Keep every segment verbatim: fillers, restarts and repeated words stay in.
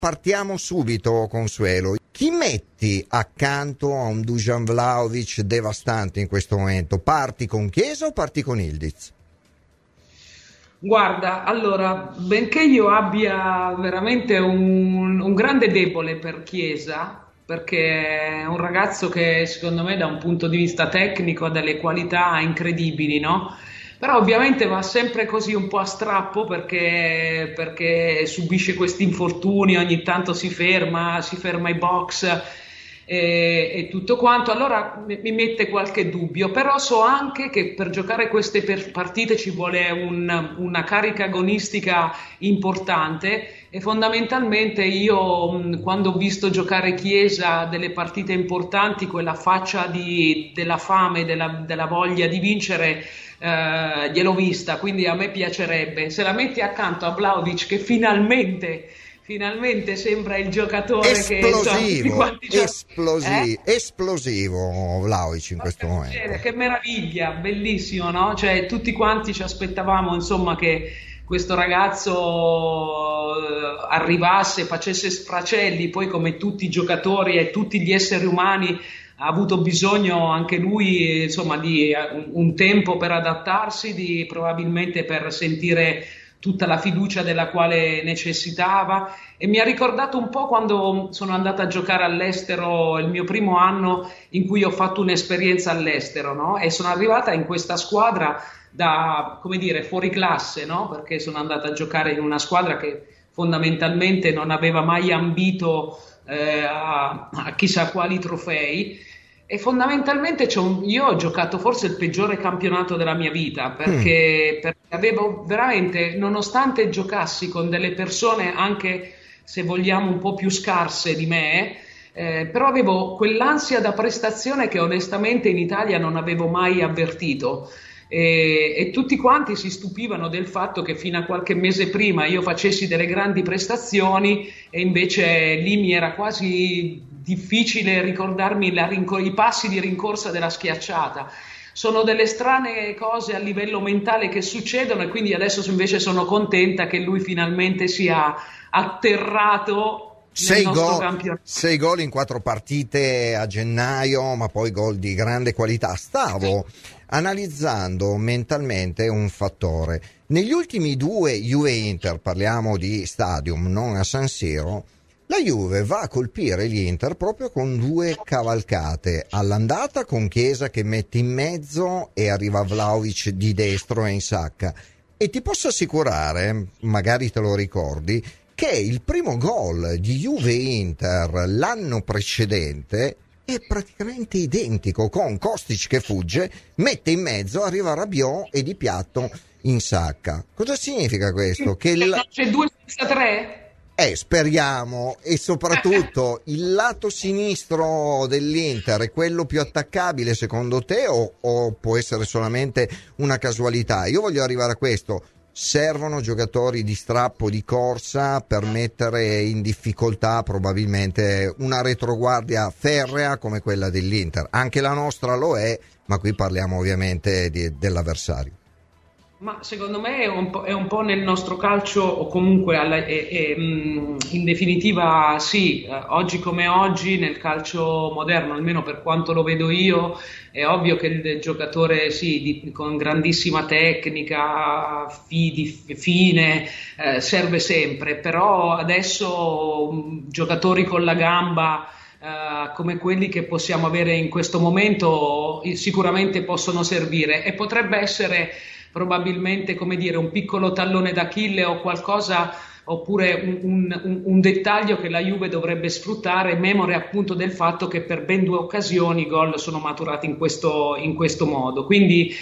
partiamo subito, Consuelo. Chi metti accanto a un Dusan Vlahovic devastante in questo momento? Parti con Chiesa o parti con Ildiz? Guarda, allora, benché io abbia veramente un, un grande debole per Chiesa, perché è un ragazzo che secondo me da un punto di vista tecnico ha delle qualità incredibili, no? Però ovviamente va sempre così un po' a strappo perché, perché subisce questi infortuni, ogni tanto si ferma, si ferma ai box e, e tutto quanto, allora mi, mi mette qualche dubbio, però so anche che per giocare queste per partite ci vuole un, una carica agonistica importante e fondamentalmente io mh, quando ho visto giocare Chiesa delle partite importanti, quella faccia di, della fame, della, della voglia di vincere, Uh, gliel'ho vista, quindi a me piacerebbe. Se la metti accanto a Vlahovic che finalmente finalmente sembra il giocatore esplosivo, che so, esplosivo, eh? esplosivo Vlahovic in questo Porca momento. miseria, che meraviglia, bellissimo, no? Cioè tutti quanti ci aspettavamo insomma che questo ragazzo uh, arrivasse, facesse sfracelli, poi come tutti i giocatori e tutti gli esseri umani ha avuto bisogno anche lui insomma di un tempo per adattarsi, di probabilmente per sentire tutta la fiducia della quale necessitava e mi ha ricordato un po' quando sono andata a giocare all'estero il mio primo anno in cui ho fatto un'esperienza all'estero, no? E sono arrivata in questa squadra da, come dire, fuori classe, no? Perché sono andata a giocare in una squadra che fondamentalmente non aveva mai ambito eh, a, a chissà quali trofei. E fondamentalmente c'è un, io ho giocato forse il peggiore campionato della mia vita perché, mm. perché avevo veramente, nonostante giocassi con delle persone anche se vogliamo un po' più scarse di me, eh, però avevo quell'ansia da prestazione che onestamente in Italia non avevo mai avvertito. E, e tutti quanti si stupivano del fatto che fino a qualche mese prima io facessi delle grandi prestazioni e invece lì mi era quasi difficile ricordarmi la rinco- i passi di rincorsa della schiacciata. Sono delle strane cose a livello mentale che succedono e quindi adesso invece sono contenta che lui finalmente sia atterrato. Sei gol, sei gol in quattro partite a gennaio, ma poi gol di grande qualità. Stavo analizzando mentalmente un fattore. Negli ultimi due Juve-Inter, parliamo di Stadium, non a San Siro, la Juve va a colpire l'Inter proprio con due cavalcate. All'andata con Chiesa che mette in mezzo e arriva Vlahovic di destro e in sacca. E ti posso assicurare, magari te lo ricordi, che il primo gol di Juve-Inter l'anno precedente è praticamente identico, con Kostic che fugge, mette in mezzo, arriva Rabiot e di piatto in sacca. Cosa significa questo? Che il... C'è due senza tre? Eh, speriamo, e soprattutto il lato sinistro dell'Inter è quello più attaccabile secondo te o, o può essere solamente una casualità? Io voglio arrivare a questo. Servono giocatori di strappo, di corsa per mettere in difficoltà probabilmente una retroguardia ferrea come quella dell'Inter. Anche la nostra lo è, ma qui parliamo ovviamente di, dell'avversario. Ma secondo me è un po', è un po' nel nostro calcio o comunque alla, è, è, in definitiva sì, oggi come oggi nel calcio moderno, almeno per quanto lo vedo io, è ovvio che il giocatore sì, di, con grandissima tecnica, fi, di, fine, eh, serve sempre, però adesso um, giocatori con la gamba Uh, come quelli che possiamo avere in questo momento sicuramente possono servire e potrebbe essere probabilmente, come dire, un piccolo tallone d'Achille o qualcosa, oppure un, un, un dettaglio che la Juve dovrebbe sfruttare, memore appunto del fatto che per ben due occasioni i gol sono maturati in questo, in questo modo. Quindi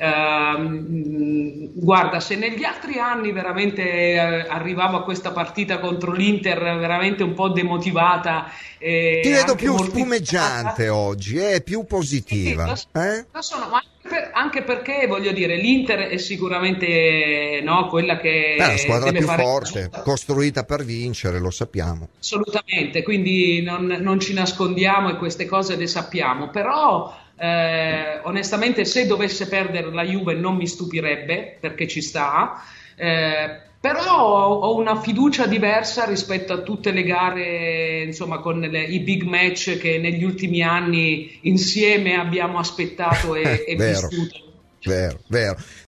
ehm, guarda, se negli altri anni veramente eh, arrivavo a questa partita contro l'Inter veramente un po' demotivata, eh, ti vedo più mortificata. Spumeggiante oggi, è eh, più positiva. Sì, lo, eh? lo sono, ma per, anche perché voglio dire, l'Inter è sicuramente no, quella che è la squadra deve più fare forte, costruita per vincere, lo sappiamo. Assolutamente, quindi non, non ci nascondiamo e queste cose le sappiamo, però eh, onestamente se dovesse perdere la Juve non mi stupirebbe perché ci sta. Eh, però ho una fiducia diversa rispetto a tutte le gare, insomma, con le, i big match che negli ultimi anni insieme abbiamo aspettato e, e vero, vissuto. vero, vero.